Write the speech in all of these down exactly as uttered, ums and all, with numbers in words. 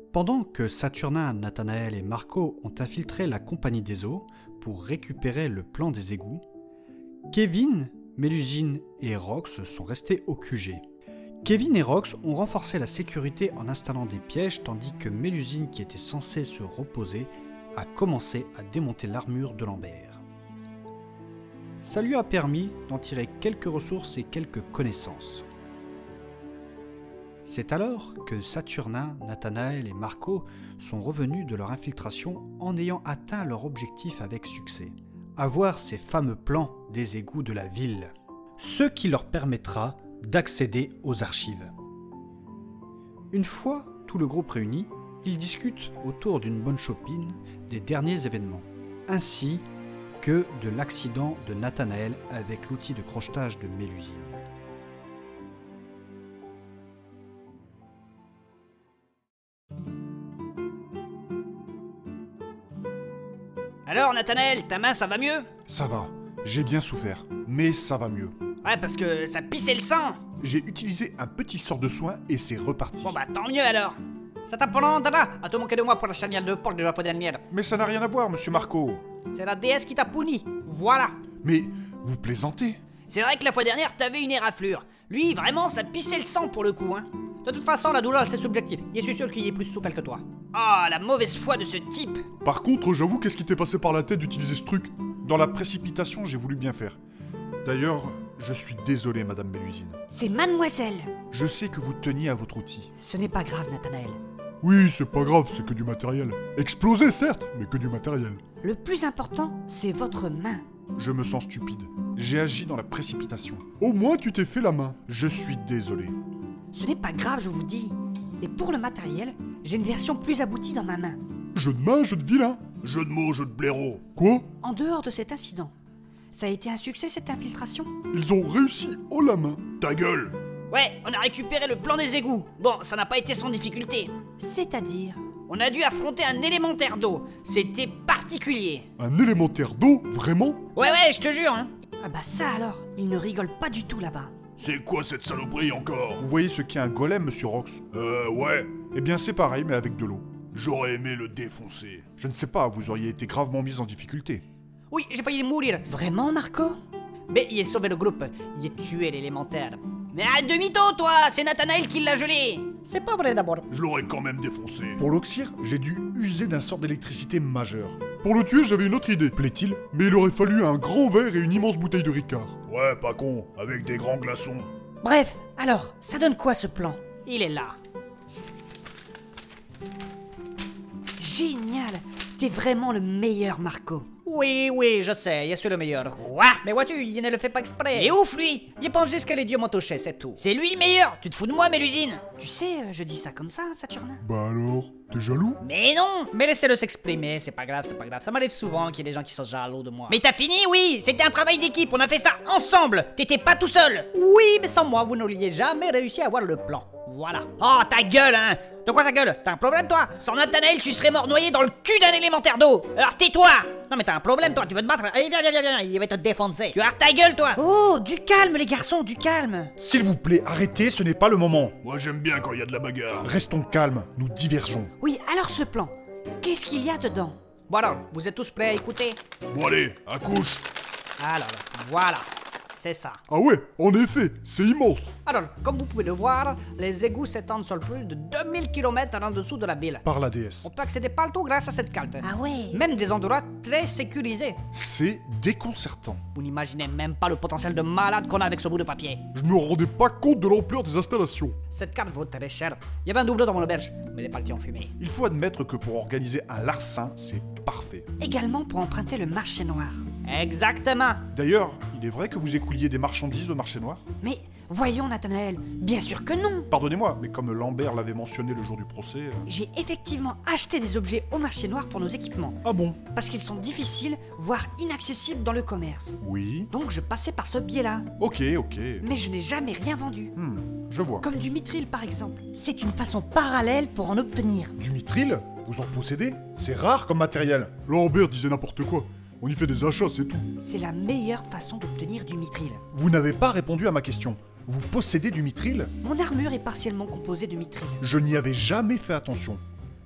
Pendant que Saturnin, Nathanaël et Marco ont infiltré la Compagnie des Eaux pour récupérer le plan des égouts, Kevin, Mélusine et Rox sont restés au Q G. Kevin et Rox ont renforcé la sécurité en installant des pièges tandis que Mélusine, qui était censée se reposer, a commencé à démonter l'armure de Lambert. Ça lui a permis d'en tirer quelques ressources et quelques connaissances. C'est alors que Saturnin, Nathanaël et Marco sont revenus de leur infiltration en ayant atteint leur objectif avec succès, avoir ces fameux plans des égouts de la ville, ce qui leur permettra d'accéder aux archives. Une fois tout le groupe réuni, ils discutent autour d'une bonne chopine des derniers événements, ainsi que de l'accident de Nathanaël avec l'outil de crochetage de Mélusine. Alors Nathanaël, ta main ça va mieux? Ça va, j'ai bien souffert, mais ça va mieux. Ouais, parce que ça pissait le sang. J'ai utilisé un petit sort de soin et c'est reparti. Bon bah tant mieux alors. Ça t'apprend Dada à te moquer de moi pour la chagnale de porc de la fois dernière. Mais ça n'a rien à voir, monsieur Marco. C'est la déesse qui t'a puni, voilà. Mais vous plaisantez? C'est vrai que la fois dernière t'avais une éraflure. Lui, vraiment, ça pissait le sang pour le coup, hein. De toute façon, la douleur, c'est subjectif. Je suis sûr qu'il y ait plus souffert que toi. Ah, la mauvaise foi de ce type. Par contre, j'avoue, qu'est-ce qui t'est passé par la tête d'utiliser ce truc? Dans la précipitation, j'ai voulu bien faire. D'ailleurs, je suis désolé, Madame Mélusine. C'est mademoiselle. Je sais que vous teniez à votre outil. Ce n'est pas grave, Nathanaël. Oui, c'est pas grave, c'est que du matériel. Explosé, certes, mais que du matériel. Le plus important, c'est votre main. Je me sens stupide. J'ai agi dans la précipitation. Au moins, tu t'es fait la main. Je suis désolé. Ce n'est pas grave, je vous dis. Et pour le matériel, j'ai une version plus aboutie dans ma main. Jeu de main, jeu de vilain. Jeu de mots, jeu de blaireau. Quoi? En dehors de cet incident, ça a été un succès cette infiltration? Ils ont réussi haut la main. Ta gueule! Ouais, on a récupéré le plan des égouts. Bon, ça n'a pas été sans difficulté. C'est-à-dire? On a dû affronter un élémentaire d'eau. C'était particulier. Un élémentaire d'eau? Vraiment? Ouais, ouais, je te jure, hein. Ah bah ça alors, il ne rigole pas du tout là-bas. C'est quoi cette saloperie encore? Vous voyez ce qu'est un golem, monsieur Rox? Euh, ouais. Eh bien, c'est pareil, mais avec de l'eau. J'aurais aimé le défoncer. Je ne sais pas, vous auriez été gravement mis en difficulté. Oui, j'ai failli mourir. Vraiment, Marco? Mais il a sauvé le groupe. Il a tué l'élémentaire. Mais à demi-tôt, toi! C'est Nathanaël qui l'a gelé! C'est pas vrai d'abord. Je l'aurais quand même défoncé. Pour l'Oxyre, j'ai dû user d'un sort d'électricité majeur. Pour le tuer, j'avais une autre idée, plaît-il, mais il aurait fallu un grand verre et une immense bouteille de Ricard. Ouais, pas con, avec des grands glaçons. Bref, alors, ça donne quoi ce plan? Il est là. Génial! T'es vraiment le meilleur, Marco. Oui, oui, je sais, je suis le meilleur. Quoi? Mais vois-tu, il ne le fait pas exprès. Il est ouf, lui! Il pense juste que les dieux m'ont touché, c'est tout. C'est lui le meilleur! Tu te fous de moi, Mélusine? Tu sais, euh, je dis ça comme ça, Saturnin. Bah alors, t'es jaloux? Mais non! Mais laissez-le s'exprimer, c'est pas grave, c'est pas grave. Ça m'arrive souvent qu'il y ait des gens qui sont jaloux de moi. Mais t'as fini, oui! C'était un travail d'équipe, on a fait ça ensemble! T'étais pas tout seul! Oui, mais sans moi, vous n'auriez jamais réussi à avoir le plan. Voilà. Oh, ta gueule, hein! De quoi ta gueule? T'as un problème, toi? Sans Nathanaël, tu serais mort noyé dans le cul d'un élémentaire d'eau! Alors tais-toi! Non, mais t'as un problème, toi, tu veux te battre? Allez, viens, viens, viens, viens, il va te défoncer. Tu as ta gueule, toi! Oh, du calme, les garçons, du calme! S'il vous plaît, arrêtez, ce n'est pas le moment. Moi j'aime bien quand il y a de la bagarre. Restons calmes, nous divergeons. Oui, alors ce plan, qu'est-ce qu'il y a dedans? Bon alors, vous êtes tous prêts à écouter? Bon allez, accouche. Alors, voilà, c'est ça. Ah ouais, en effet, c'est immense. Alors, comme vous pouvez le voir, les égouts s'étendent sur plus de deux mille kilomètres en dessous de la ville. Par la déesse. On peut accéder partout grâce à cette carte. Ah ouais. Même des endroits très sécurisés. C'est déconcertant. Vous n'imaginez même pas le potentiel de malade qu'on a avec ce bout de papier. Je ne me rendais pas compte de l'ampleur des installations. Cette carte vaut très cher. Il y avait un doubleur dans mon auberge, mais il est parti en fumée. Il faut admettre que pour organiser un larcin, c'est parfait. Également pour emprunter le marché noir. Exactement. D'ailleurs, il est vrai que vous écouliez des marchandises au marché noir? Mais voyons, Nathanaël, bien sûr que non. Pardonnez-moi, mais comme Lambert l'avait mentionné le jour du procès... euh, J'ai effectivement acheté des objets au marché noir pour nos équipements. Ah bon? Parce qu'ils sont difficiles, voire inaccessibles dans le commerce. Oui. Donc je passais par ce biais-là. Ok, ok. Mais je n'ai jamais rien vendu. Hmm, je vois. Comme du mithril par exemple. C'est une façon parallèle pour en obtenir. Du mithril? Vous en possédez? C'est rare comme matériel. Lambert disait n'importe quoi. On y fait des achats, c'est tout. C'est la meilleure façon d'obtenir du mithril. Vous n'avez pas répondu à ma question. Vous possédez du mithril? Mon armure est partiellement composée de mithril. Je n'y avais jamais fait attention.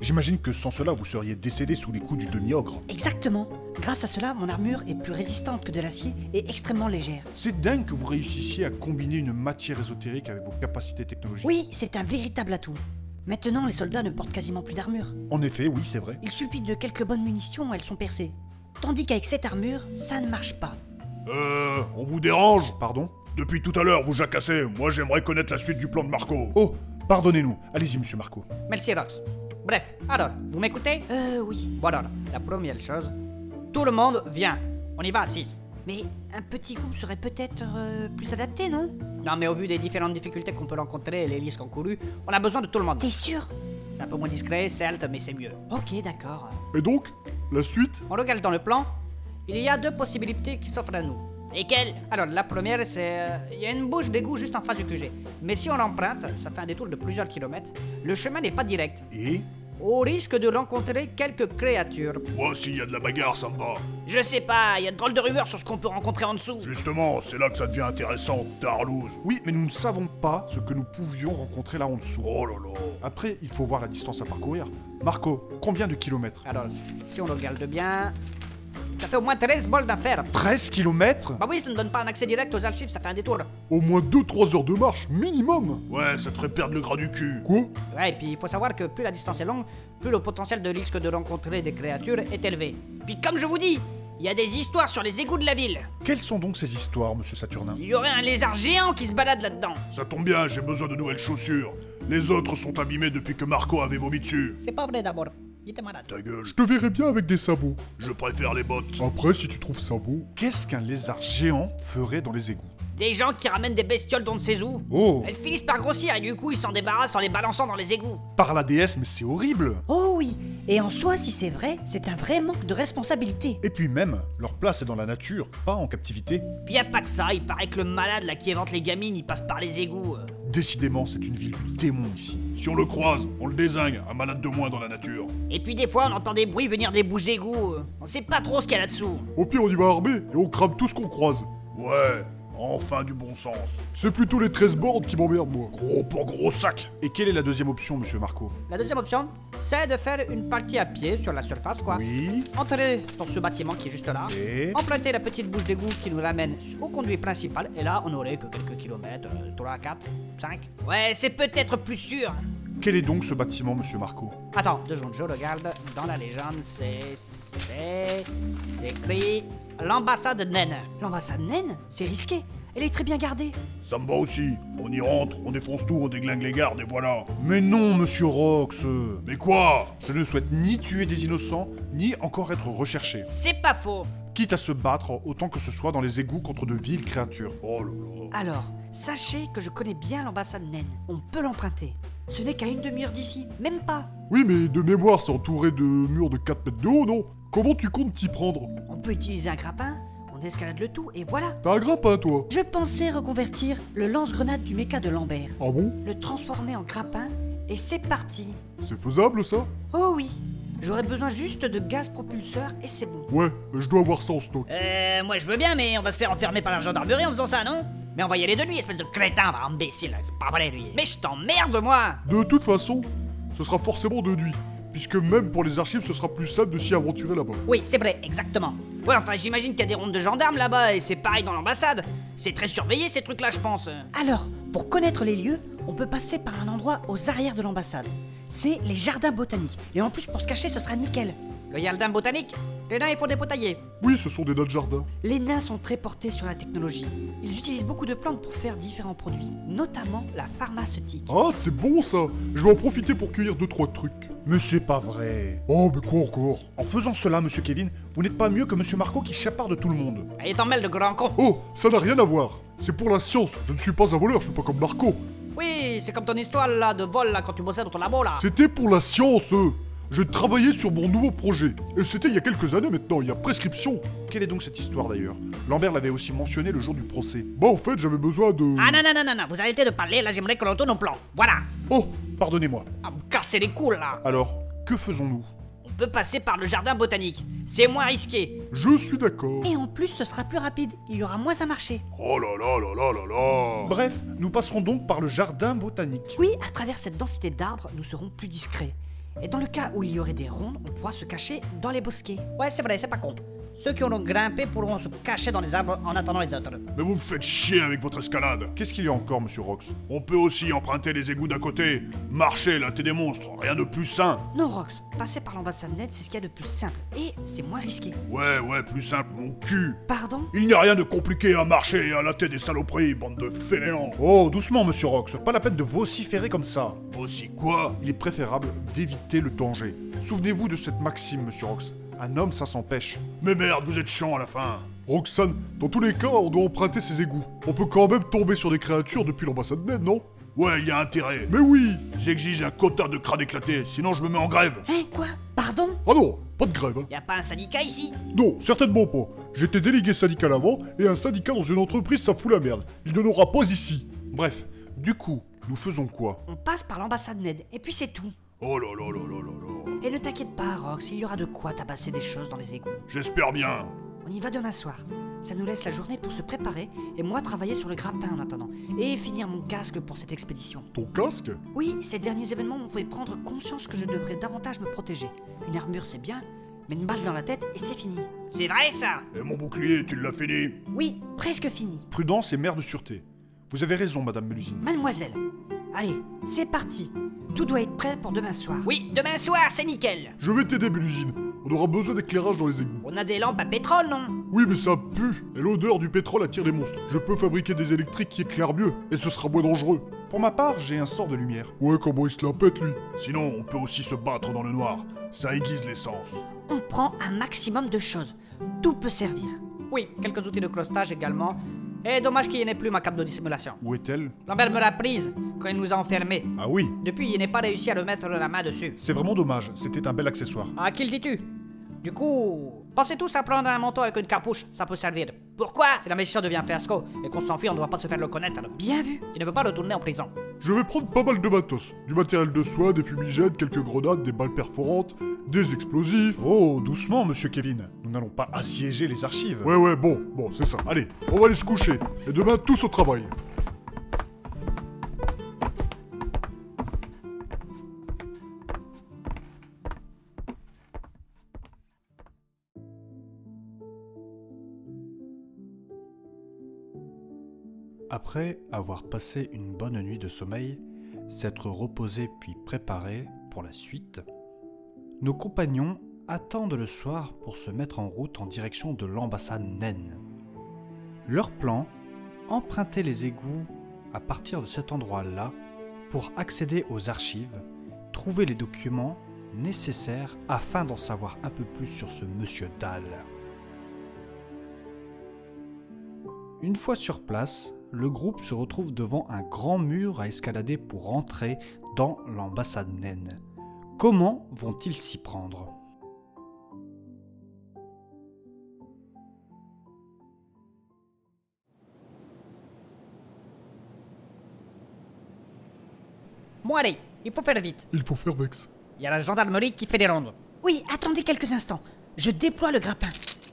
J'imagine que sans cela, vous seriez décédé sous les coups du demi-ogre. Exactement. Grâce à cela, mon armure est plus résistante que de l'acier et extrêmement légère. C'est dingue que vous réussissiez à combiner une matière ésotérique avec vos capacités technologiques. Oui, c'est un véritable atout. Maintenant, les soldats ne portent quasiment plus d'armure. En effet, oui, c'est vrai. Il suffit de quelques bonnes munitions, elles sont percées. Tandis qu'avec cette armure, ça ne marche pas. Euh, on vous dérange? Pardon? Depuis tout à l'heure, vous jacassez. Moi, j'aimerais connaître la suite du plan de Marco. Oh, pardonnez-nous. Allez-y, monsieur Marco. Merci, Rox. Bref, alors, vous m'écoutez? Euh, oui. Bon alors, la première chose, tout le monde vient. On y va à six. Mais un petit groupe serait peut-être euh, plus adapté, non? Non mais au vu des différentes difficultés qu'on peut rencontrer et les risques encourus, on a besoin de tout le monde. T'es sûr? C'est un peu moins discret, certes, mais c'est mieux. Ok, d'accord. Et donc, la suite? On regarde dans le plan, il y a deux possibilités qui s'offrent à nous. Lesquelles? Alors la première c'est... euh, il y a une bouche d'égout juste en face du Q G. Mais si on l'emprunte, ça fait un détour de plusieurs kilomètres, le chemin n'est pas direct. Et? Au risque de rencontrer quelques créatures. Moi, s'il y a de la bagarre, ça me va. Je sais pas, il y a de drôles de rumeurs sur ce qu'on peut rencontrer en dessous. Justement, c'est là que ça devient intéressant, Tarlouse. Oui, mais nous ne savons pas ce que nous pouvions rencontrer là en dessous. Oh là là. Après, il faut voir la distance à parcourir. Marco, combien de kilomètres? Alors, si on regarde bien... Ça fait au moins treize bols d'affaires. treize kilomètres? Bah oui, ça ne donne pas un accès direct aux archives, ça fait un détour. Au moins deux trois heures de marche, minimum. Ouais, ça te ferait perdre le gras du cul. Quoi? Ouais, et puis il faut savoir que plus la distance est longue, plus le potentiel de risque de rencontrer des créatures est élevé. Puis comme je vous dis, il y a des histoires sur les égouts de la ville. Quelles sont donc ces histoires, monsieur Saturnin? Il y aurait un lézard géant qui se balade là-dedans. Ça tombe bien, j'ai besoin de nouvelles chaussures. Les autres sont abîmés depuis que Marco avait vomi dessus. C'est pas vrai d'abord. Il était malade. Ta gueule, Je te verrais bien avec des sabots. je préfère les bottes. Après, si tu trouves ça beau. Qu'est-ce qu'un lézard géant ferait dans les égouts? Des gens qui ramènent des bestioles dans de ses ous. Oh, Elles finissent par grossir et du coup ils s'en débarrassent en les balançant dans les égouts. par la déesse, mais c'est horrible. Oh oui. Et en soi, si c'est vrai, c'est un vrai manque de responsabilité. Et puis même, leur place est dans la nature, pas en captivité. Puis y a pas que ça, il paraît que le malade là qui évente les gamines, il passe par les égouts. euh. Décidément, c'est une ville du démon ici. Si on le croise, on le désigne, un malade de moins dans la nature. Et puis des fois on entend des bruits venir des bouches d'égout. euh. On sait pas trop ce qu'il y a là-dessous. Au pire, on y va armé et on crame tout ce qu'on croise. Ouais, enfin du bon sens. C'est plutôt les treize bornes qui m'emmerdent, moi. Gros pour gros sac. Et quelle est la deuxième option, monsieur Marco? La deuxième option, c'est de faire une partie à pied sur la surface quoi. Oui. Entrer dans ce bâtiment qui est juste là. Et... Emprunter la petite bouche d'égout qui nous ramène au conduit principal. Et là on aurait que quelques kilomètres, euh, trois, quatre, cinq. Ouais, c'est peut-être plus sûr. Quel est donc ce bâtiment, monsieur Marco? Attends, deux secondes, je regarde. Dans la légende, c'est. C'est. C'est écrit. L'ambassade naine. L'ambassade naine, c'est risqué. Elle est très bien gardée. Ça me va aussi. On y rentre, on défonce tout, on déglingue les gardes et voilà. Mais non, monsieur Rox. Mais quoi? Je ne souhaite ni tuer des innocents, ni encore être recherché. C'est pas faux. Quitte à se battre autant que ce soit dans les égouts contre de viles créatures. Oh là là. Alors, sachez que je connais bien l'ambassade naine. On peut l'emprunter. Ce n'est qu'à une demi-heure d'ici, même pas. Oui, mais de mémoire, c'est entouré de murs de quatre mètres de haut, non? Comment tu comptes t'y prendre? On peut utiliser un grappin, on escalade le tout et voilà. T'as un grappin, toi? Je pensais reconvertir le lance-grenade du méca de Lambert, Ah bon? le transformer en grappin et c'est parti. C'est faisable, ça? Oh oui, j'aurais besoin juste de gaz propulseur et c'est bon. Ouais, je dois avoir ça en stock. Euh, moi je veux bien, mais on va se faire enfermer par la gendarmerie en faisant ça, non? Mais on va y aller de nuit, espèce de crétin, va, imbécile, c'est pas vrai lui. Mais je t'emmerde, moi! De toute façon, ce sera forcément de nuit. Puisque même pour les archives, ce sera plus simple de s'y aventurer là-bas. Oui, c'est vrai, exactement. Ouais, enfin, j'imagine qu'il y a des rondes de gendarmes là-bas, et c'est pareil dans l'ambassade. C'est très surveillé ces trucs-là, je pense. Alors, pour connaître les lieux, on peut passer par un endroit aux arrières de l'ambassade. C'est les jardins botaniques. Et en plus, pour se cacher, ce sera nickel. Le jardin botanique? Les nains, il faut des potailler. Oui, ce sont des nains de jardin. Les nains sont très portés sur la technologie. Ils utilisent beaucoup de plantes pour faire différents produits, notamment la pharmaceutique. Ah, c'est bon ça. Je vais en profiter pour cueillir deux trois trucs. Mais c'est pas vrai. Oh, mais quoi encore? En faisant cela, monsieur Kevin, vous n'êtes pas mieux que monsieur Marco qui chaparde tout le monde. Allez, t'en mêles, le grand con. Oh, ça n'a rien à voir. C'est pour la science. Je ne suis pas un voleur, je suis pas comme Marco. Oui, c'est comme ton histoire là de vol là quand tu bossais dans ton labo là. C'était pour la science. J'ai travaillé sur mon nouveau projet. Et c'était il y a quelques années maintenant, il y a prescription. Quelle est donc cette histoire d'ailleurs? Lambert l'avait aussi mentionné le jour du procès. Bah en fait, j'avais besoin de... Ah non, non, non, non, non, vous arrêtez de parler, là j'aimerais qu'on retourne au plan. Voilà. Oh, pardonnez-moi. Ah, me casser les couilles là. Alors, que faisons-nous? On peut passer par le jardin botanique. C'est moins risqué. Je suis d'accord. Et en plus, ce sera plus rapide. Il y aura moins à marcher. Oh là là là là là là. Bref, nous passerons donc par le jardin botanique. Oui, à travers cette densité d'arbres, nous serons plus discrets. Et dans le cas où il y aurait des rondes, on pourra se cacher dans les bosquets. Ouais, c'est vrai, c'est pas con. Ceux qui auront grimpé pourront se cacher dans les arbres en attendant les autres. Mais vous me faites chier avec votre escalade. Qu'est-ce qu'il y a encore, monsieur Rox? On peut aussi emprunter les égouts d'à côté. Marcher, là, t'es des monstres. Rien de plus sain. Non, Rox, passer par l'ambassade Ned, c'est ce qu'il y a de plus simple. Et c'est moins risqué. Ouais, ouais, plus simple, mon cul. Pardon? Il n'y a rien de compliqué à marcher et à la tête des saloperies, bande de fainéants. Oh, doucement, monsieur Rox, pas la peine de vociférer comme ça. Aussi quoi? Il est préférable d'éviter le danger. Souvenez-vous de cette maxime, monsieur Rox. Un homme, ça s'empêche. Mais merde, vous êtes chiant à la fin. Roxane, dans tous les cas, on doit emprunter ces égouts. On peut quand même tomber sur des créatures depuis l'ambassade Ned, non? Ouais, il y a intérêt. Mais oui! J'exige un quota de crâne éclaté, sinon je me mets en grève. Hein, quoi? Pardon? Ah non, pas de grève, hein. Y a pas un syndicat ici? Non, certainement pas. J'étais délégué syndical avant, et un syndicat dans une entreprise, ça fout la merde. Il n'y en aura pas ici. Bref, du coup, nous faisons quoi? On passe par l'ambassade Ned, et puis c'est tout. Oh là là là là là là. Et ne t'inquiète pas, Rox, il y aura de quoi tabasser des choses dans les égouts. J'espère bien. On y va demain soir. Ça nous laisse la journée pour se préparer, et moi travailler sur le grappin en attendant. Et finir mon casque pour cette expédition. Ton casque? Oui, ces derniers événements m'ont fait prendre conscience que je devrais davantage me protéger. Une armure c'est bien, mais une balle dans la tête et c'est fini. C'est vrai ça? Et mon bouclier, tu l'as fini? Oui, presque fini. Prudence et mère de sûreté. Vous avez raison, madame Mélusine. Mademoiselle, allez, c'est parti. Tout doit être prêt pour demain soir. Oui, demain soir, c'est nickel. Je vais t'aider, Mélusine. On aura besoin d'éclairage dans les égouts. On a des lampes à pétrole, non? Oui, mais ça pue. Et l'odeur du pétrole attire les monstres. Je peux fabriquer des électriques qui éclairent mieux, et ce sera moins dangereux. Pour ma part, j'ai un sort de lumière. Ouais, comment il se la pète, lui? Sinon, on peut aussi se battre dans le noir. Ça aiguise l'essence. On prend un maximum de choses. Tout peut servir. Oui, quelques outils de crostage également. Et dommage qu'il n'y ait plus ma cape de dissimulation. Où est-elle? Lambert me l'a prise quand il nous a enfermés. Ah oui, Depuis, il n'est pas réussi à remettre la main dessus. c'est vraiment dommage. C'était un bel accessoire. À qui le dis-tu? Du coup, pensez tous à prendre un manteau avec une capuche, ça peut servir. Pourquoi? Si la mission devient fiasco et qu'on s'enfuit, on ne doit pas se faire le connaître. Bien vu. Il ne veut pas retourner en prison. Je vais prendre pas mal de matos. Du matériel de soin, des fumigènes, quelques grenades, des balles perforantes, des explosifs. Oh, doucement, monsieur Kevin. Nous n'allons pas assiéger les archives. Ouais, ouais, bon, bon, c'est ça. Allez, on va aller se coucher. Et demain, tous au travail. Après avoir passé une bonne nuit de sommeil, s'être reposé puis préparé pour la suite, nos compagnons attendent le soir pour se mettre en route en direction de l'ambassade Naine. Leur plan, emprunter les égouts à partir de cet endroit-là pour accéder aux archives, trouver les documents nécessaires afin d'en savoir un peu plus sur ce monsieur Dahl. Une fois sur place, le groupe se retrouve devant un grand mur à escalader pour entrer dans l'ambassade Naine. Comment vont-ils s'y prendre ? Bon allez, il faut faire vite. Il faut faire Vex. Il y a la gendarmerie qui fait des rondes. Oui, attendez quelques instants. Je déploie le grappin.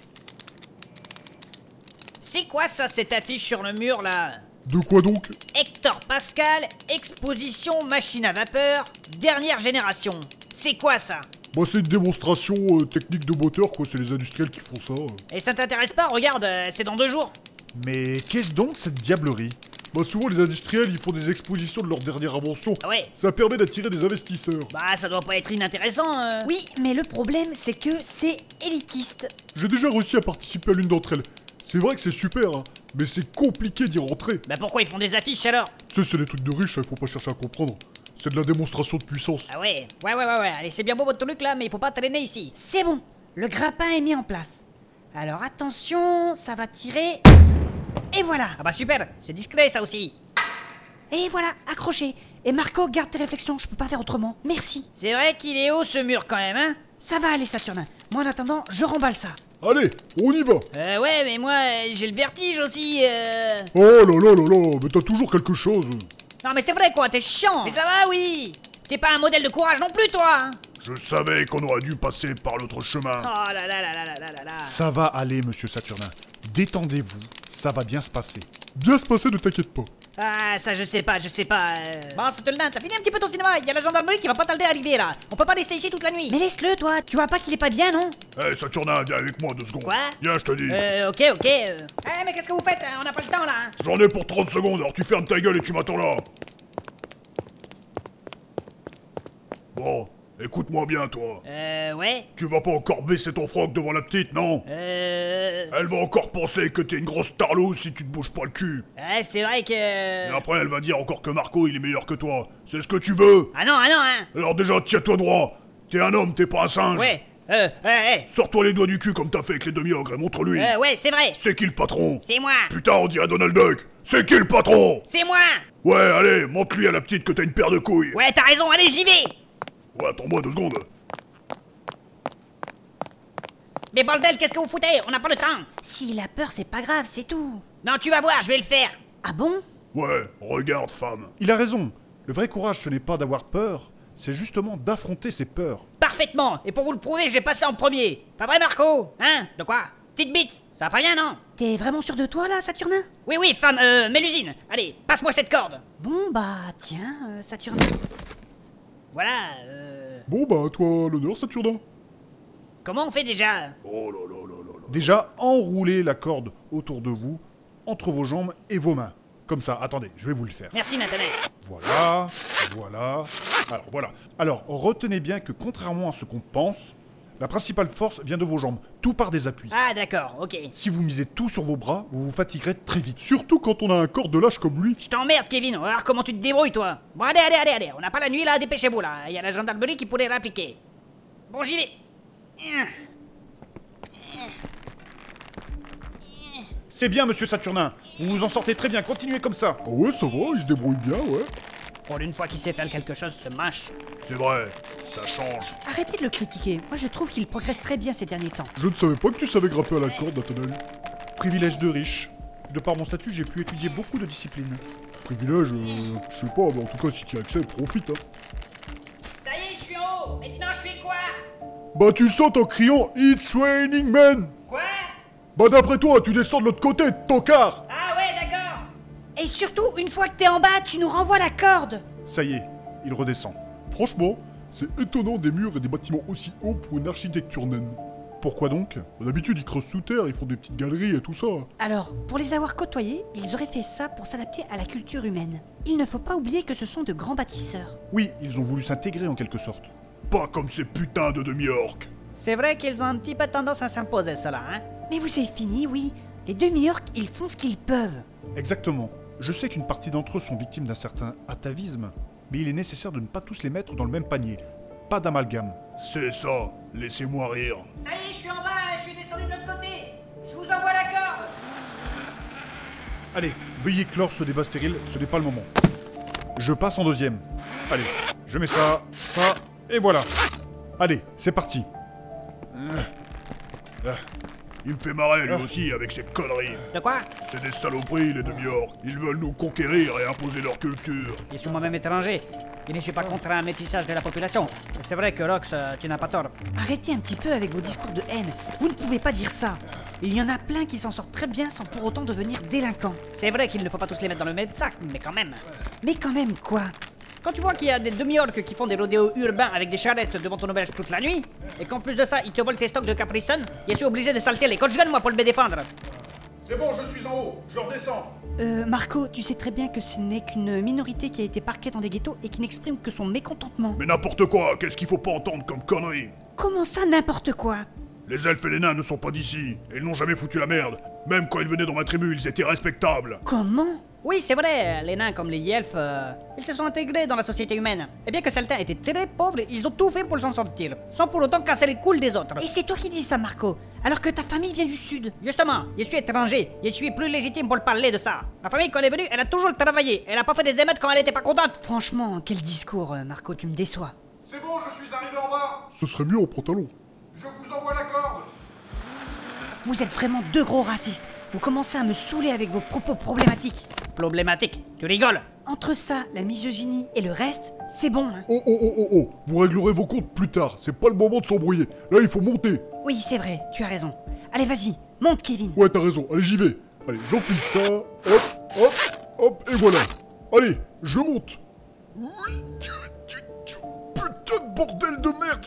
C'est quoi ça, cette affiche sur le mur là? De quoi donc ? Hector Pascal, exposition machine à vapeur, dernière génération. C'est quoi ça? Bah c'est une démonstration euh, technique de moteur quoi, c'est les industriels qui font ça. euh. Et ça t'intéresse pas? Regarde, euh, c'est dans deux jours. Mais qu'est-ce donc cette diablerie ? Bah souvent les industriels ils font des expositions de leur dernière invention. Ah ouais? Ça permet d'attirer des investisseurs. Bah ça doit pas être inintéressant. euh. Oui, mais le problème, c'est que c'est élitiste. J'ai déjà réussi à participer à l'une d'entre elles. C'est vrai que c'est super, hein, mais c'est compliqué d'y rentrer. Bah pourquoi ils font des affiches alors? Tu sais, c'est des trucs de riches, il faut pas chercher à comprendre. C'est de la démonstration de puissance. Ah ouais, ouais, ouais, ouais, ouais. Allez, c'est bien beau votre truc là, mais il faut pas traîner ici. C'est bon, le grappin est mis en place. Alors attention, ça va tirer. Et voilà. Ah bah super, c'est discret ça aussi. Et voilà, accroché. Et Marco, garde tes réflexions, je peux pas faire autrement. Merci. C'est vrai qu'il est haut ce mur quand même, hein? Ça va aller, Saturnin. Moi, en attendant, je remballe ça. Allez, on y va. Euh, ouais, mais moi, euh, j'ai le vertige aussi. Euh... Oh là là là là, mais t'as toujours quelque chose. Non mais c'est vrai quoi, t'es chiant. Mais ça va, oui. T'es pas un modèle de courage non plus, toi. Hein? Je savais qu'on aurait dû passer par l'autre chemin. Oh là là là là là là là là. Ça va aller, monsieur Saturnin. Détendez-vous, ça va bien se passer. Bien se passer, ne t'inquiète pas. Ah, ça je sais pas, je sais pas. Euh... Bon, Saturnin, t'as fini un petit peu ton cinéma. Il y a la gendarmerie qui va pas tarder à arriver là. On peut pas rester ici toute la nuit. Mais laisse-le, toi. Tu vois pas qu'il est pas bien, non? Hé, hey, Saturnin, viens avec moi deux secondes. Quoi? Viens, je te dis. Euh, ok, ok. Euh... Eh, mais qu'est-ce que vous faites? On n'a pas le temps là. Hein. J'en ai pour trente secondes, alors tu fermes ta gueule et tu m'attends là. Bon, écoute-moi bien, toi. Euh, ouais. Tu vas pas encore baisser ton froc devant la petite, non? Euh... Elle va encore penser que t'es une grosse tarlouse si tu te bouges pas le cul. Ouais, c'est vrai que... Et après, elle va dire encore que Marco, il est meilleur que toi. C'est ce que tu veux? Ah non, ah non, hein. Alors déjà, tiens-toi droit. T'es un homme, t'es pas un singe. Ouais, euh, ouais, ouais. Sors-toi les doigts du cul comme t'as fait avec les demi-ogres et montre-lui. Euh, ouais, c'est vrai. C'est qui le patron? C'est moi. Putain, on dirait Donald Duck. C'est qui le patron? C'est moi. Ouais, allez, montre-lui à la petite que t'as une paire de couilles. Ouais, t'as raison, allez, j'y vais. Ouais, attends-moi deux secondes. Mais bordel, qu'est-ce que vous foutez? On n'a pas le temps. S'il a peur, c'est pas grave, c'est tout. Non, tu vas voir, je vais le faire. Ah bon? Ouais, regarde, femme. Il a raison. Le vrai courage, ce n'est pas d'avoir peur, c'est justement d'affronter ses peurs. Parfaitement. Et pour vous le prouver, je vais passer en premier. Pas vrai, Marco? Hein? De quoi? Petite bite. Ça va pas bien, non? T'es vraiment sûr de toi, là, Saturnin? Oui, oui, femme, euh, Mélusine. Allez, passe-moi cette corde. Bon, bah, tiens, euh, Saturnin. Voilà, euh... Bon bah, à toi l'honneur, Saturnin. Comment on fait déjà? Oh là là là là là. Déjà, enroulez la corde autour de vous, entre vos jambes et vos mains. Comme ça, attendez, je vais vous le faire. Merci, Nathanaël. Voilà, voilà. Alors voilà. Alors, retenez bien que contrairement à ce qu'on pense, la principale force vient de vos jambes. Tout part des appuis. Ah, d'accord, ok. Si vous misez tout sur vos bras, vous vous fatiguerez très vite. Surtout quand on a un corps de lâche comme lui. Je t'emmerde, Kevin. On va voir comment tu te débrouilles, toi. Bon, allez, allez, allez, allez. On n'a pas la nuit, là. Dépêchez-vous, là. Il y a la gendarmerie qui pourrait réappliquer. Bon, j'y vais. C'est bien, monsieur Saturnin. Vous vous en sortez très bien. Continuez comme ça. Ah ouais, ça va, il se débrouille bien, ouais. Pour une fois qu'il sait faire quelque chose, ce mâche. C'est vrai, ça change. Arrêtez de le critiquer. Moi, je trouve qu'il progresse très bien ces derniers temps. Je ne savais pas que tu savais grimper à la corde, Nathanaël. Privilège de riche. De par mon statut, j'ai pu étudier beaucoup de disciplines. Privilège, euh, je sais pas, mais en tout cas, si tu y as accès, profite, hein. Ça y est, je suis en haut. Maintenant, je fais quoi? Bah, tu sautes en criant « It's raining men !» Quoi? Bah, d'après toi, tu descends de l'autre côté, tocard. Ah ouais, d'accord. Et surtout, une fois que t'es en bas, tu nous renvoies la corde. Ça y est, il redescend. Franchement, c'est étonnant des murs et des bâtiments aussi hauts pour une architecture naine. Pourquoi donc? D'habitude, ils creusent sous terre, ils font des petites galeries et tout ça. Alors, pour les avoir côtoyés, ils auraient fait ça pour s'adapter à la culture humaine. Il ne faut pas oublier que ce sont de grands bâtisseurs. Oui, ils ont voulu s'intégrer en quelque sorte. Pas comme ces putains de demi-orques. C'est vrai qu'ils ont un petit peu tendance à s'imposer, cela, hein? Mais vous c'est fini, oui. Les demi-orques, ils font ce qu'ils peuvent. Exactement. Je sais qu'une partie d'entre eux sont victimes d'un certain atavisme, mais il est nécessaire de ne pas tous les mettre dans le même panier. Pas d'amalgame. C'est ça, laissez-moi rire. Ça y est, je suis en bas, je suis descendu de l'autre côté. Je vous envoie la corde. Allez, veuillez clore ce débat stérile, ce n'est pas le moment. Je passe en deuxième. Allez, je mets ça, ça, et voilà. Allez, c'est parti. Il me fait marrer lui Ah. aussi avec ses conneries. De quoi? C'est des saloperies, les demi-orques. Ils veulent nous conquérir et imposer leur culture. Je suis moi-même étranger. Je ne suis pas contre un métissage de la population. C'est vrai que Rox, euh, tu n'as pas tort. Arrêtez un petit peu avec vos discours de haine. Vous ne pouvez pas dire ça. Il y en a plein qui s'en sortent très bien sans pour autant devenir délinquants. C'est vrai qu'il ne faut pas tous les mettre dans le même sac, mais quand même. Mais quand même, quoi? Quand tu vois qu'il y a des demi-orques qui font des rodéos urbains avec des charrettes devant ton auberge toute la nuit, et qu'en plus de ça, ils te volent tes stocks de Capri Sun, je suis obligé de salter les coachs jeunes, moi, pour le défendre. C'est bon, je suis en haut, je redescends. Euh, Marco, tu sais très bien que ce n'est qu'une minorité qui a été parquée dans des ghettos et qui n'exprime que son mécontentement. Mais n'importe quoi, qu'est-ce qu'il faut pas entendre comme conneries? Comment ça, n'importe quoi? Les elfes et les nains ne sont pas d'ici, et ils n'ont jamais foutu la merde. Même quand ils venaient dans ma tribu, ils étaient respectables. Comment? Oui, c'est vrai, les nains comme les elfes, euh, ils se sont intégrés dans la société humaine. Et bien que certains étaient très pauvres, ils ont tout fait pour s'en sortir, sans pour autant casser les couilles des autres. Et c'est toi qui dis ça, Marco, alors que ta famille vient du sud. Justement, je suis étranger, je suis plus légitime pour parler de ça. Ma famille, quand elle est venue, elle a toujours travaillé, elle a pas fait des émeutes quand elle était pas contente. Franchement, quel discours, euh, Marco, tu me déçois. C'est bon, je suis arrivé en bas. Ce serait mieux en pantalon. Je vous envoie la corde. Vous êtes vraiment deux gros racistes. Vous commencez à me saouler avec vos propos problématiques. Problématique, tu rigoles? Entre ça, la misogynie et le reste, c'est bon, hein. Oh oh oh oh oh, vous réglerez vos comptes plus tard, c'est pas le moment de s'embrouiller. Là, il faut monter. Oui, c'est vrai, tu as raison. Allez, vas-y, monte, Kevin. Ouais, t'as raison, allez, j'y vais. Allez, j'enfile ça, hop, hop, Hop, et voilà. Allez, je monte. Oui, putain de bordel de merde.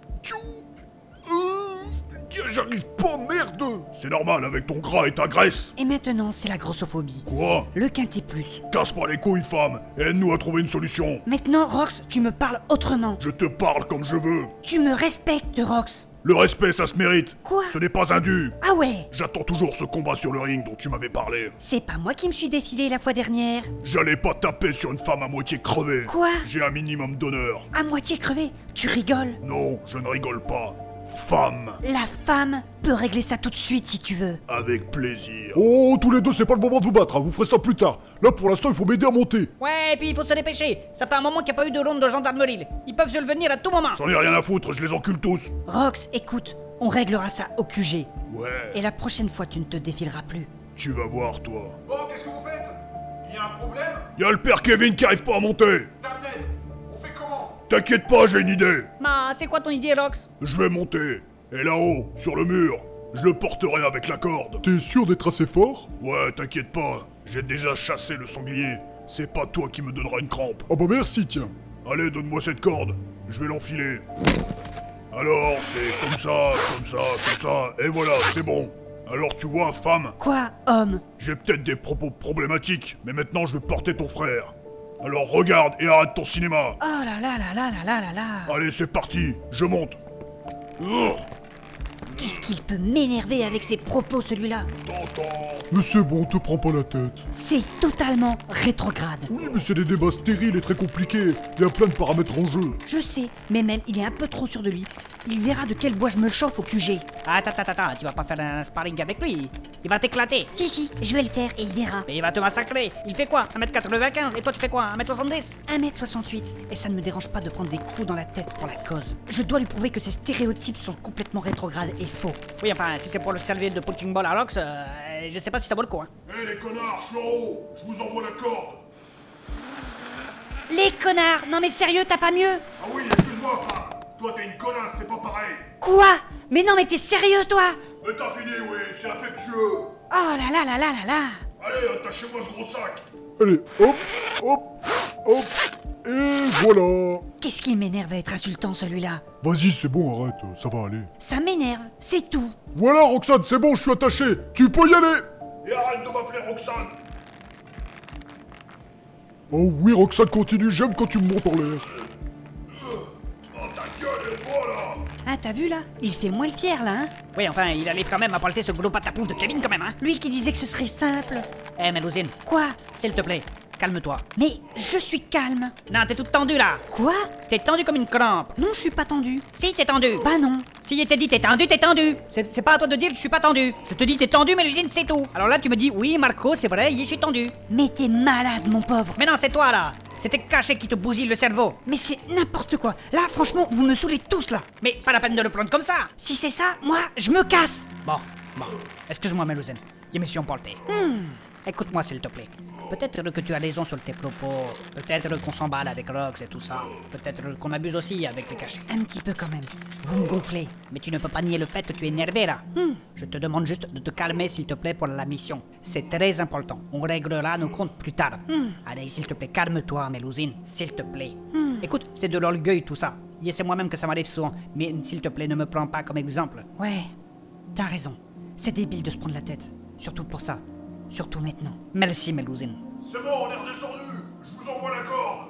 J'arrive pas, merde. C'est normal avec ton gras et ta graisse. Et maintenant, c'est la grossophobie. Quoi? Le quintet plus. Casse pas les couilles, femme, et aide-nous à trouver une solution. Maintenant, Rox, tu me parles autrement. Je te parle comme je veux. Tu me respectes, Rox. Le respect, ça se mérite. Quoi? Ce n'est pas un dû. Ah ouais? J'attends toujours ce combat sur le ring dont tu m'avais parlé. C'est pas moi qui me suis défilé la fois dernière. J'allais pas taper sur une femme à moitié crevée. Quoi? J'ai un minimum d'honneur. À moitié crevé? Tu rigoles? Non, je ne rigole pas. Femme. La femme peut régler ça tout de suite si tu veux. Avec plaisir. Oh, tous les deux, c'est pas le moment de vous battre, hein. Vous ferez ça plus tard. Là, pour l'instant, il faut m'aider à monter. Ouais, et puis il faut se dépêcher. Ça fait un moment qu'il n'y a pas eu de ronde de gendarmerie. Ils peuvent se le venir à tout moment. J'en ai rien à foutre, je les encule tous. Rox, écoute, on réglera ça au Q G. Ouais, Et la prochaine fois, tu ne te défileras plus. tu vas voir, toi. Bon, qu'est-ce que vous faites? Il y a un problème? Y'a le père Kevin qui arrive pas à monter. Tabnet, on fait comment? T'inquiète pas, j'ai une idée. Ma, c'est quoi ton idée, Rox? Je vais monter. Et là-haut, sur le mur, je le porterai avec la corde. T'es sûr d'être assez fort? Ouais, t'inquiète pas. J'ai déjà chassé le sanglier. C'est pas toi qui me donnera une crampe. Ah bah merci, tiens. Allez, donne-moi cette corde. Je vais l'enfiler. Alors, c'est comme ça, comme ça, comme ça. Et voilà, c'est bon. Alors tu vois, femme, Quoi, homme? j'ai peut-être des propos problématiques, mais maintenant je vais porter ton frère. Alors regarde et arrête ton cinéma. Oh là là là là là là là là. Allez, c'est parti, je monte. Oh, Qu'est-ce qu'il peut m'énerver avec ses propos, celui-là? t'entends. Mais c'est bon, te prends pas la tête. C'est totalement rétrograde. Oui, mais c'est des débats stériles et très compliqués. Il y a plein de paramètres en jeu. Je sais, mais même il est un peu trop sûr de lui. Il verra de quel bois je me chauffe au Q G. Attends, attends, attends, tu vas pas faire un sparring avec lui. Il va t'éclater. Si, si, je vais le faire et il verra. Mais il va te massacrer. Il fait quoi? un mètre quatre-vingt-quinze. Et toi, tu fais quoi? un mètre soixante-dix? un mètre soixante-huit, et ça ne me dérange pas de prendre des coups dans la tête pour la cause. Je dois lui prouver que ses stéréotypes sont complètement rétrogrades et faux. Oui, enfin, si c'est pour le servir de punching ball à Rox, euh, je sais pas si ça vaut le coup, hein. Hé les connards, je suis en haut. Je vous envoie la corde. Les connards! Non mais sérieux, t'as pas mieux? Ah oui, excuse-moi, femme. Toi, t'es une connasse, c'est pas pareil. Quoi? Mais non mais t'es sérieux, toi? Mais t'as fini, oui, c'est affectueux. Oh là là là là là là! Allez, attachez-moi ce gros sac. Allez, hop, hop, hop, et voilà. Qu'est-ce qu'il m'énerve à être insultant, celui-là? Vas-y, c'est bon, arrête, ça va aller. Ça m'énerve, c'est tout. Voilà, Roxane, c'est bon, je suis attaché. Tu peux y aller. Et arrête de m'appeler Roxane. Oh oui, Roxane, continue, j'aime quand tu me montes en l'air. Oh, ta gueule, et voilà. Ah, t'as vu là? Il fait moins le fier là, hein? Oui, enfin, il arrive quand même à porter ce gros patapouf de Kevin quand même, hein. Lui qui disait que ce serait simple. Eh, Mélusine, Quoi? s'il te plaît, calme-toi. Mais je suis calme. Non, t'es toute tendue là. Quoi? T'es tendu comme une crampe. Non, je suis pas tendu. Si, t'es tendu. Bah non. Si, il t'a dit t'es tendu, t'es tendu. C'est c'est pas à toi de dire je suis pas tendu. Je te dis t'es tendu, Mélusine, c'est tout. Alors là, tu me dis oui, Marco, c'est vrai, je suis tendu. Mais t'es malade, mon pauvre. Mais non, c'est toi là. C'était caché qui te bousille le cerveau. Mais c'est n'importe quoi. Là, franchement, vous me saoulez tous là. Mais pas la peine de le prendre comme ça. Si c'est ça, moi, je me casse. Bon, bon. Excuse-moi, Mélusine. Je me suis emporté. Écoute-moi, s'il te plaît. Peut-être que tu as raison sur tes propos. Peut-être qu'on s'emballe avec Rox et tout ça. Peut-être qu'on abuse aussi avec les cachets. Un petit peu quand même. Vous me gonflez. Mais tu ne peux pas nier le fait que tu es énervé là. Je te demande juste de te calmer, s'il te plaît, pour la mission. C'est très important. On réglera nos comptes plus tard. Allez, s'il te plaît, calme-toi, Mélusine. S'il te plaît. Écoute, c'est de l'orgueil tout ça. Et c'est moi-même que ça m'arrive souvent. Mais s'il te plaît, ne me prends pas comme exemple. Ouais, t'as raison. C'est débile de se prendre la tête. Surtout pour ça. Surtout maintenant. Merci, Mélusine. C'est bon, on est redescendu. Je vous envoie la corde.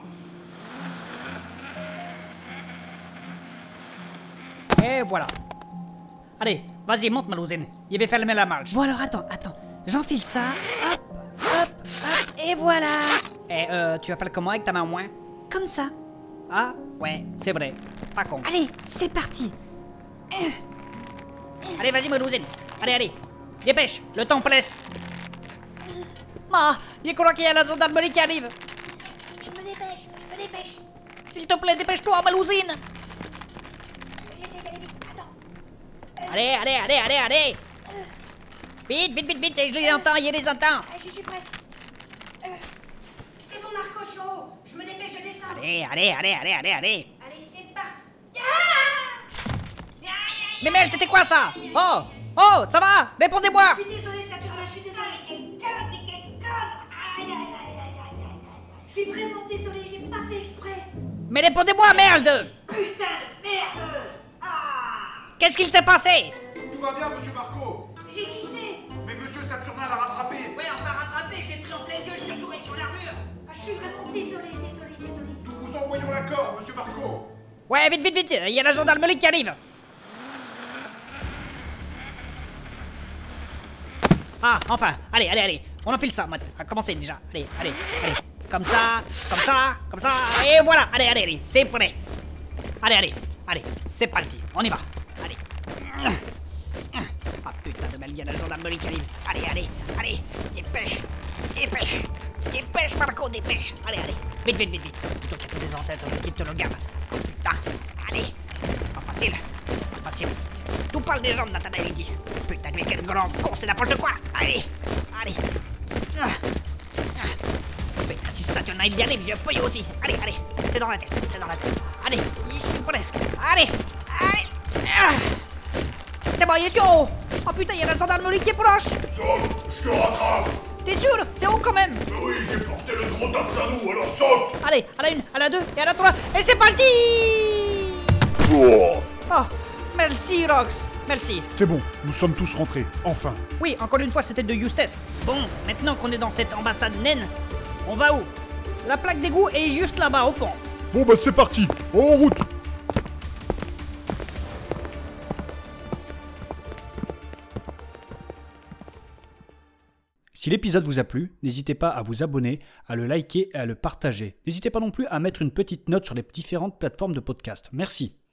Et voilà. Allez, vas-y, monte, Mélusine. Je vais fermer la marche. Bon alors attends, attends. J'enfile ça. Hop, hop, hop. Et voilà. Et euh, tu vas faire comment avec ta main au moins? Comme ça. Ah, ouais, c'est vrai. Pas con. Allez, c'est parti. Allez, vas-y, Mélusine. Allez, allez. Dépêche, le temps presse. Ah, je crois qu'il y a la gendarmerie qui arrive. Je me dépêche, je me dépêche. S'il te plaît, dépêche-toi, Mélusine. J'essaie d'aller vite. Attends. Allez, allez, allez, allez, allez. Vite, vite, vite, vite, je les entends, je les entends. Ah, j'y suis presque. Euh, c'est bon, Marco, je suis en haut. Je me dépêche de descendre. Allez, allez, allez, allez, allez, allez. Allez, c'est parti. Ah Mais merde, c'était quoi ça? Oh, oh, ça va? Répondez-moi. Je suis désolé, Saturnin, je suis désolé. Quel code, mais quel code. Aïe, aïe, aïe. suis vraiment désolée, j'ai pas fait exprès. Mais répondez-moi, merde! Putain de merde. Ah. Qu'est-ce qu'il s'est passé? Tout va bien, monsieur Marco. J'ai glissé. Mais monsieur Saturnin l'a rattrapé. Ouais, enfin rattrapé, je l'ai pris en pleine gueule, surtout avec son armure. Ah, je suis vraiment désolée, désolée, désolée. Nous vous envoyons la corde, monsieur Marco. Ouais, vite, vite, vite, il y a la gendarmerie qui arrive. Ah, enfin, allez, allez, allez, on enfile ça, mode. À commencer déjà, allez, allez, allez. Comme ça, comme ça, comme ça, et voilà, allez, allez, allez, c'est prêt. Allez, allez, allez, c'est parti, on y va, allez. Ah putain de merde, il y a la gendarmerie qui arrive. Allez, allez, allez, dépêche, dépêche, dépêche Marco, dépêche. Allez, allez, vite, vite, vite, vite. Plutôt qu'il y a tous des ancêtres qui te le gardent. Oh putain, allez, pas facile, pas facile. Tout parle des jambes, Nathanaël dit. Putain, mais quel grand con, c'est n'importe quoi. Allez, allez. Ah. Ah. Putain, si Saturnin il y arrive, vieux feuille aussi. Allez, allez, c'est dans la tête, c'est dans la tête. Allez, il suis presque. Allez, allez. Ah. C'est bon, il est sur haut. Oh putain, il y a la gendarmerie qui est proche. Saute, je te rattrape. T'es sûr? C'est haut quand même. Mais oui, j'ai porté le gros tas de Sanou, alors saute. Allez, à la une, à la deux et à la trois. Et c'est parti. Oh. Oh, merci Rox, merci. C'est bon, nous sommes tous rentrés, enfin. Oui, encore une fois, c'était de justesse. Bon, maintenant qu'on est dans cette ambassade naine, on va où? La plaque d'égout est juste là-bas, au fond. Bon bah c'est parti, en route. Si l'épisode vous a plu, n'hésitez pas à vous abonner, à le liker et à le partager. N'hésitez pas non plus à mettre une petite note sur les différentes plateformes de podcast. Merci.